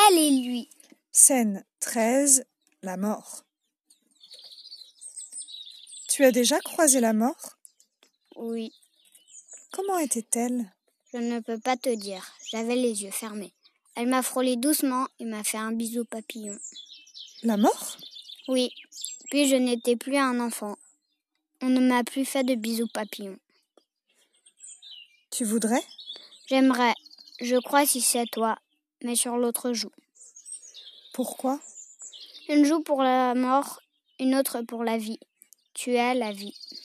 elle et lui. Scène 13, la mort. Tu as déjà croisé la mort? Oui. Comment était-elle? Je ne peux pas te dire. J'avais les yeux fermés. Elle m'a frôlé doucement et m'a fait un bisou papillon. La mort? Oui. Puis je n'étais plus un enfant. On ne m'a plus fait de bisous papillons. Tu voudrais? J'aimerais. Je crois si c'est toi, mais sur l'autre joue. Pourquoi? Une joue pour la mort, une autre pour la vie. Tu es la vie.